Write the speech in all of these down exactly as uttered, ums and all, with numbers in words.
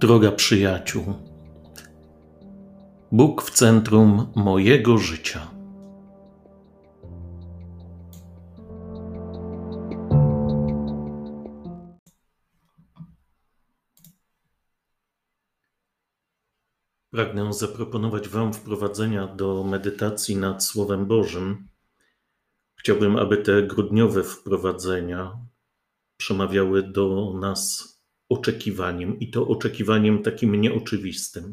Droga przyjaciół, Bóg w centrum mojego życia. Pragnę zaproponować Wam wprowadzenia do medytacji nad Słowem Bożym. Chciałbym, aby te grudniowe wprowadzenia przemawiały do nas oczekiwaniem i to oczekiwaniem takim nieoczywistym.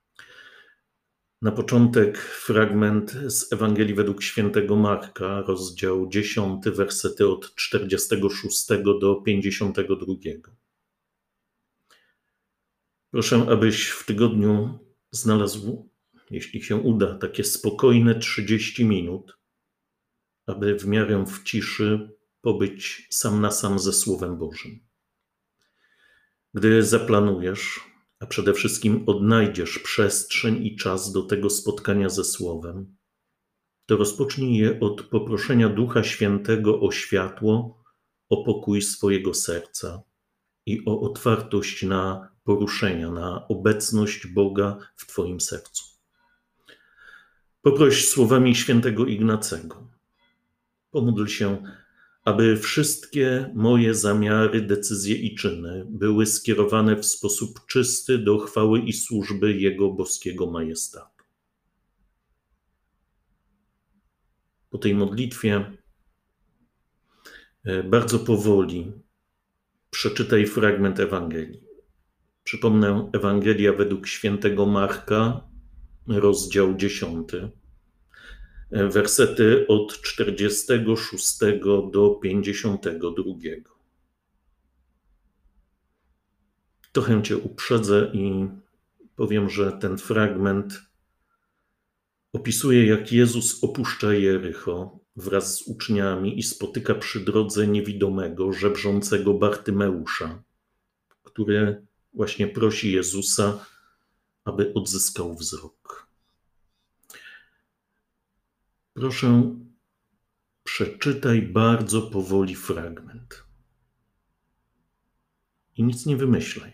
Na początek fragment z Ewangelii według świętego Marka, rozdział dziesiąty, wersety od czterdziestego szóstego do pięćdziesiątego drugiego. Proszę, abyś w tygodniu znalazł, jeśli się uda, takie spokojne trzydzieści minut, aby w miarę w ciszy pobyć sam na sam ze Słowem Bożym. Gdy zaplanujesz, a przede wszystkim odnajdziesz przestrzeń i czas do tego spotkania ze Słowem, to rozpocznij je od poproszenia Ducha Świętego o światło, o pokój swojego serca i o otwartość na poruszenia, na obecność Boga w Twoim sercu. Poproś słowami świętego Ignacego. Pomódl się, aby wszystkie moje zamiary, decyzje i czyny były skierowane w sposób czysty do chwały i służby Jego boskiego majestatu. Po tej modlitwie bardzo powoli przeczytaj fragment Ewangelii. Przypomnę, Ewangelia według świętego Marka, rozdział dziesiąty, wersety od czterdziestego szóstego do pięćdziesiątego drugiego. Trochę Cię uprzedzę i powiem, że ten fragment opisuje, jak Jezus opuszcza Jericho wraz z uczniami i spotyka przy drodze niewidomego, żebrzącego Bartymeusza, który właśnie prosi Jezusa, aby odzyskał wzrok. Proszę, przeczytaj bardzo powoli fragment i nic nie wymyślaj.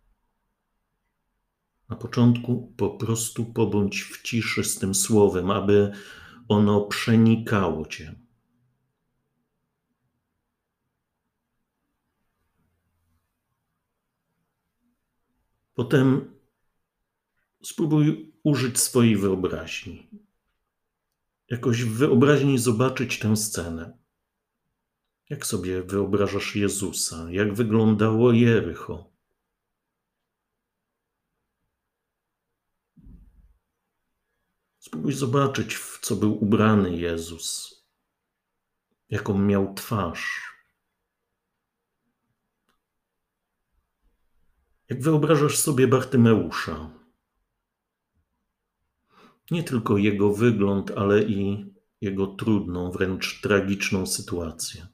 Na początku po prostu pobądź w ciszy z tym słowem, aby ono przenikało Cię. Potem spróbuj użyć swojej wyobraźni. Jakoś w wyobraźni zobaczyć tę scenę. Jak sobie wyobrażasz Jezusa? Jak wyglądało Jericho? Spróbuj zobaczyć, w co był ubrany Jezus. Jaką miał twarz. Jak wyobrażasz sobie Bartymeusza? Nie tylko jego wygląd, ale i jego trudną, wręcz tragiczną sytuację.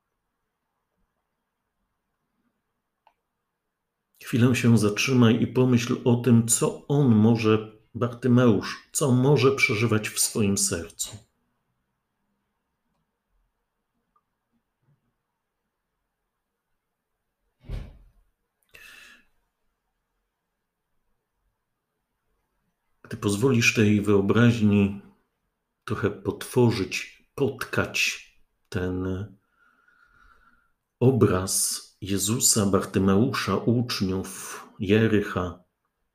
Chwilę się zatrzymaj i pomyśl o tym, co on może, Bartymeusz, co może przeżywać w swoim sercu. Gdy pozwolisz tej wyobraźni trochę potworzyć, potkać ten obraz Jezusa, Bartymeusza, uczniów, Jericha,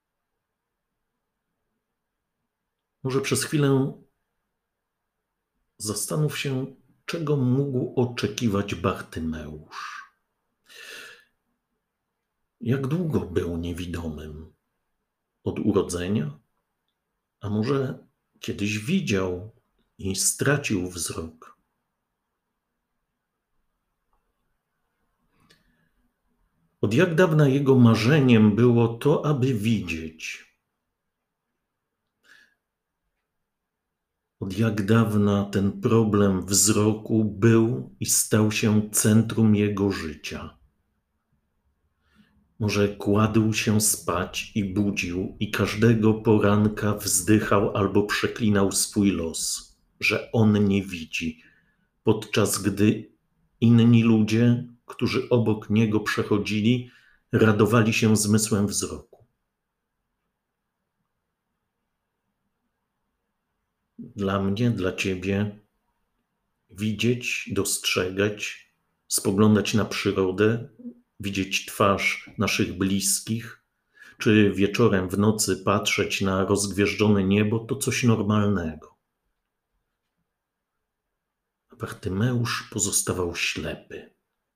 może przez chwilę zastanów się, czego mógł oczekiwać Bartymeusz. Jak długo był niewidomym? Od urodzenia? A może kiedyś widział i stracił wzrok? Od jak dawna jego marzeniem było to, aby widzieć? Od jak dawna ten problem wzroku był i stał się centrum jego życia? Może kładł się spać i budził i każdego poranka wzdychał albo przeklinał swój los, że on nie widzi, podczas gdy inni ludzie, którzy obok niego przechodzili, radowali się zmysłem wzroku. dla mnie, dla ciebie widzieć, dostrzegać, spoglądać na przyrodę, widzieć twarz naszych bliskich, czy wieczorem w nocy patrzeć na rozgwieżdżone niebo, to coś normalnego. A Bartymeusz pozostawał ślepy,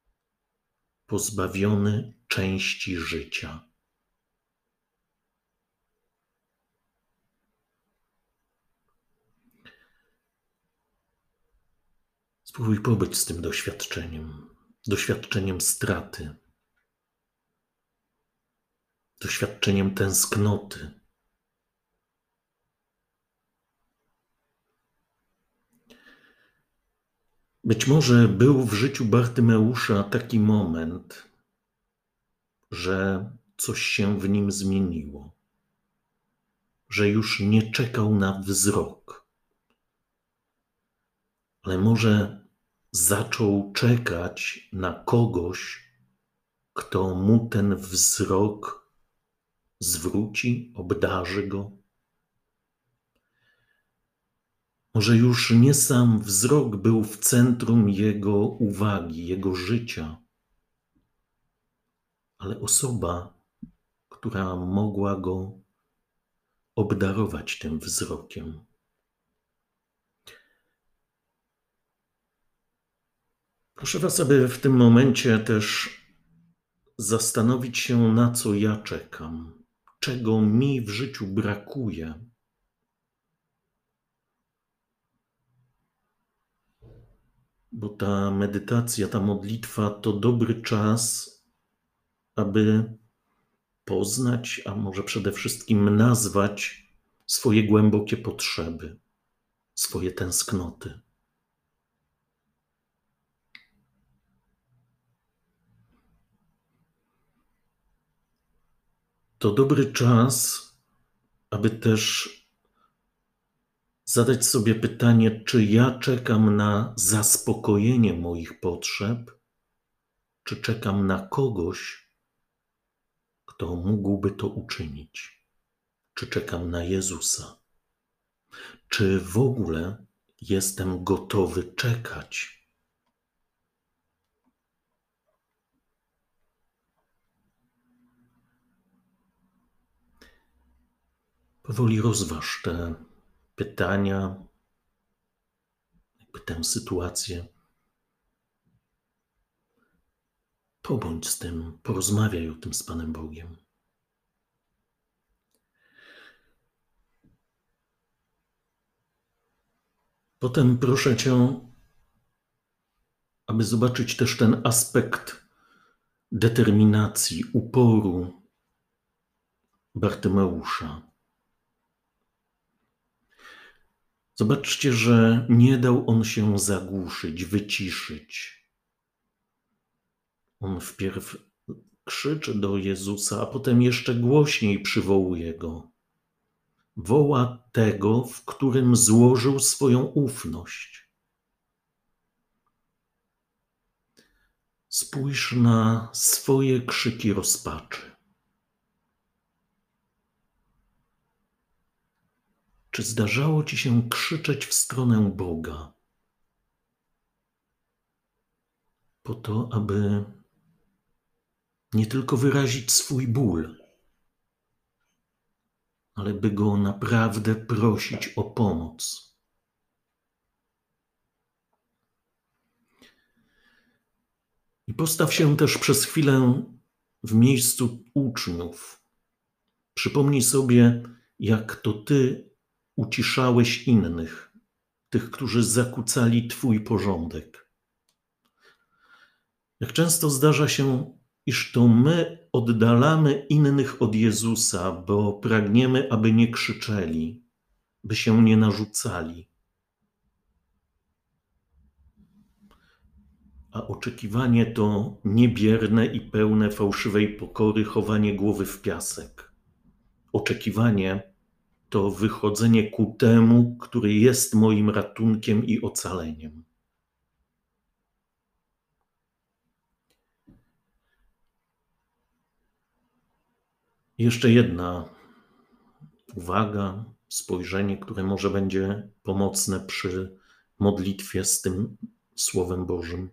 pozbawiony części życia. Spróbuj pobyć z tym doświadczeniem, doświadczeniem straty, doświadczeniem tęsknoty. Być może był w życiu Bartymeusza taki moment, że coś się w nim zmieniło, że już nie czekał na wzrok, ale może zaczął czekać na kogoś, kto mu ten wzrok zwróci, obdarzy go. Może już nie sam wzrok był w centrum jego uwagi, jego życia, ale osoba, która mogła go obdarować tym wzrokiem. Proszę was, aby w tym momencie też zastanowić się, na co ja czekam, czego mi w życiu brakuje. Bo ta medytacja, ta modlitwa to dobry czas, aby poznać, a może przede wszystkim nazwać swoje głębokie potrzeby, swoje tęsknoty. To dobry czas, aby też zadać sobie pytanie, czy ja czekam na zaspokojenie moich potrzeb, czy czekam na kogoś, kto mógłby to uczynić, czy czekam na Jezusa, czy w ogóle jestem gotowy czekać. Powoli rozważ te pytania, jakby tę sytuację. Pobądź z tym, porozmawiaj o tym z Panem Bogiem. Potem proszę Cię, aby zobaczyć też ten aspekt determinacji, uporu Bartymeusza. Zobaczcie, że nie dał on się zagłuszyć, wyciszyć. On wpierw krzyczy do Jezusa, a potem jeszcze głośniej przywołuje Go. Woła tego, w którym złożył swoją ufność. Spójrz na swoje krzyki rozpaczy. Czy zdarzało ci się krzyczeć w stronę Boga po to, aby nie tylko wyrazić swój ból, ale by Go naprawdę prosić o pomoc? I postaw się też przez chwilę w miejscu uczniów. Przypomnij sobie, jak to Ty uciszałeś innych, tych, którzy zakłócali Twój porządek. Jak często zdarza się, iż to my oddalamy innych od Jezusa, bo pragniemy, aby nie krzyczeli, by się nie narzucali. A oczekiwanie to niebierne i pełne fałszywej pokory chowanie głowy w piasek. Oczekiwanie to wychodzenie ku temu, który jest moim ratunkiem i ocaleniem. Jeszcze jedna uwaga, spojrzenie, które może będzie pomocne przy modlitwie z tym Słowem Bożym.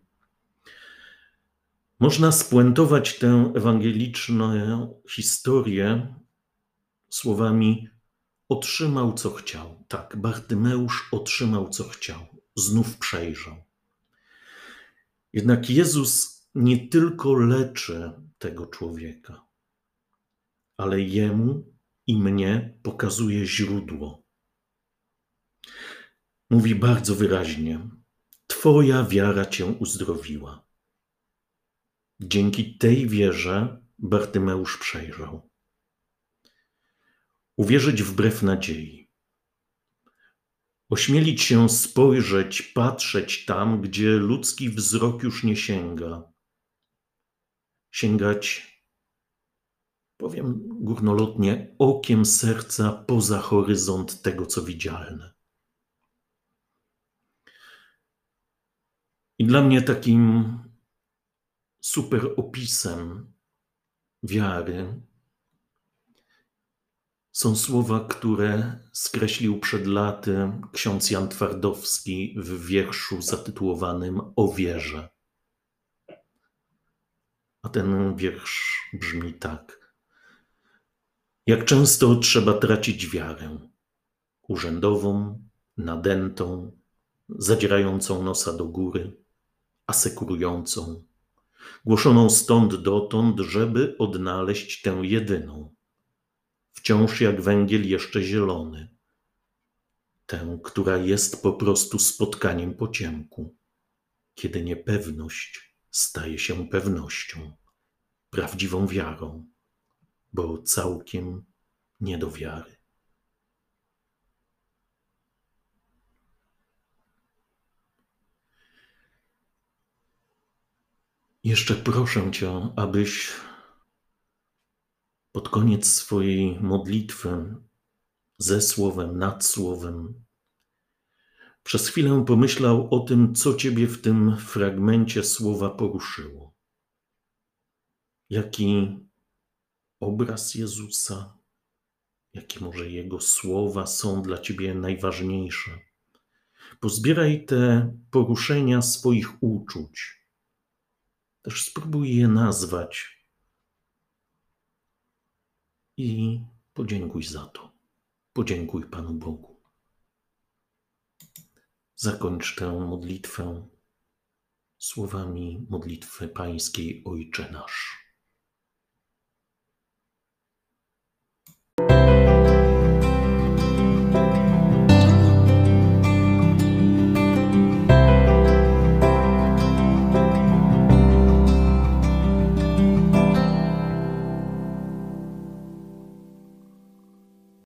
Można spuentować tę ewangeliczną historię słowami: otrzymał, co chciał. Tak, Bartymeusz otrzymał, co chciał. Znów przejrzał. Jednak Jezus nie tylko leczy tego człowieka, ale jemu i mnie pokazuje źródło. Mówi bardzo wyraźnie: Twoja wiara cię uzdrowiła. Dzięki tej wierze Bartymeusz przejrzał. Uwierzyć wbrew nadziei. Ośmielić się spojrzeć, patrzeć tam, gdzie ludzki wzrok już nie sięga. Sięgać, powiem górnolotnie, okiem serca poza horyzont tego, co widzialne. I dla mnie takim super opisem wiary są słowa, które skreślił przed laty ksiądz Jan Twardowski w wierszu zatytułowanym O wierze. A ten wiersz brzmi tak: jak często trzeba tracić wiarę urzędową, nadętą, zadzierającą nosa do góry, asekurującą, głoszoną stąd dotąd, żeby odnaleźć tę jedyną, wciąż jak węgiel jeszcze zielony, tę, która jest po prostu spotkaniem po ciemku, kiedy niepewność staje się pewnością, prawdziwą wiarą, bo całkiem nie do wiary. Jeszcze proszę Cię, abyś pod koniec swojej modlitwy ze Słowem, nad Słowem przez chwilę pomyślał o tym, co Ciebie w tym fragmencie Słowa poruszyło. Jaki obraz Jezusa, jakie może Jego słowa są dla Ciebie najważniejsze. Pozbieraj te poruszenia swoich uczuć. Też spróbuj je nazwać i podziękuj za to. Podziękuj Panu Bogu. Zakończ tę modlitwę słowami modlitwy pańskiej: Ojcze nasz.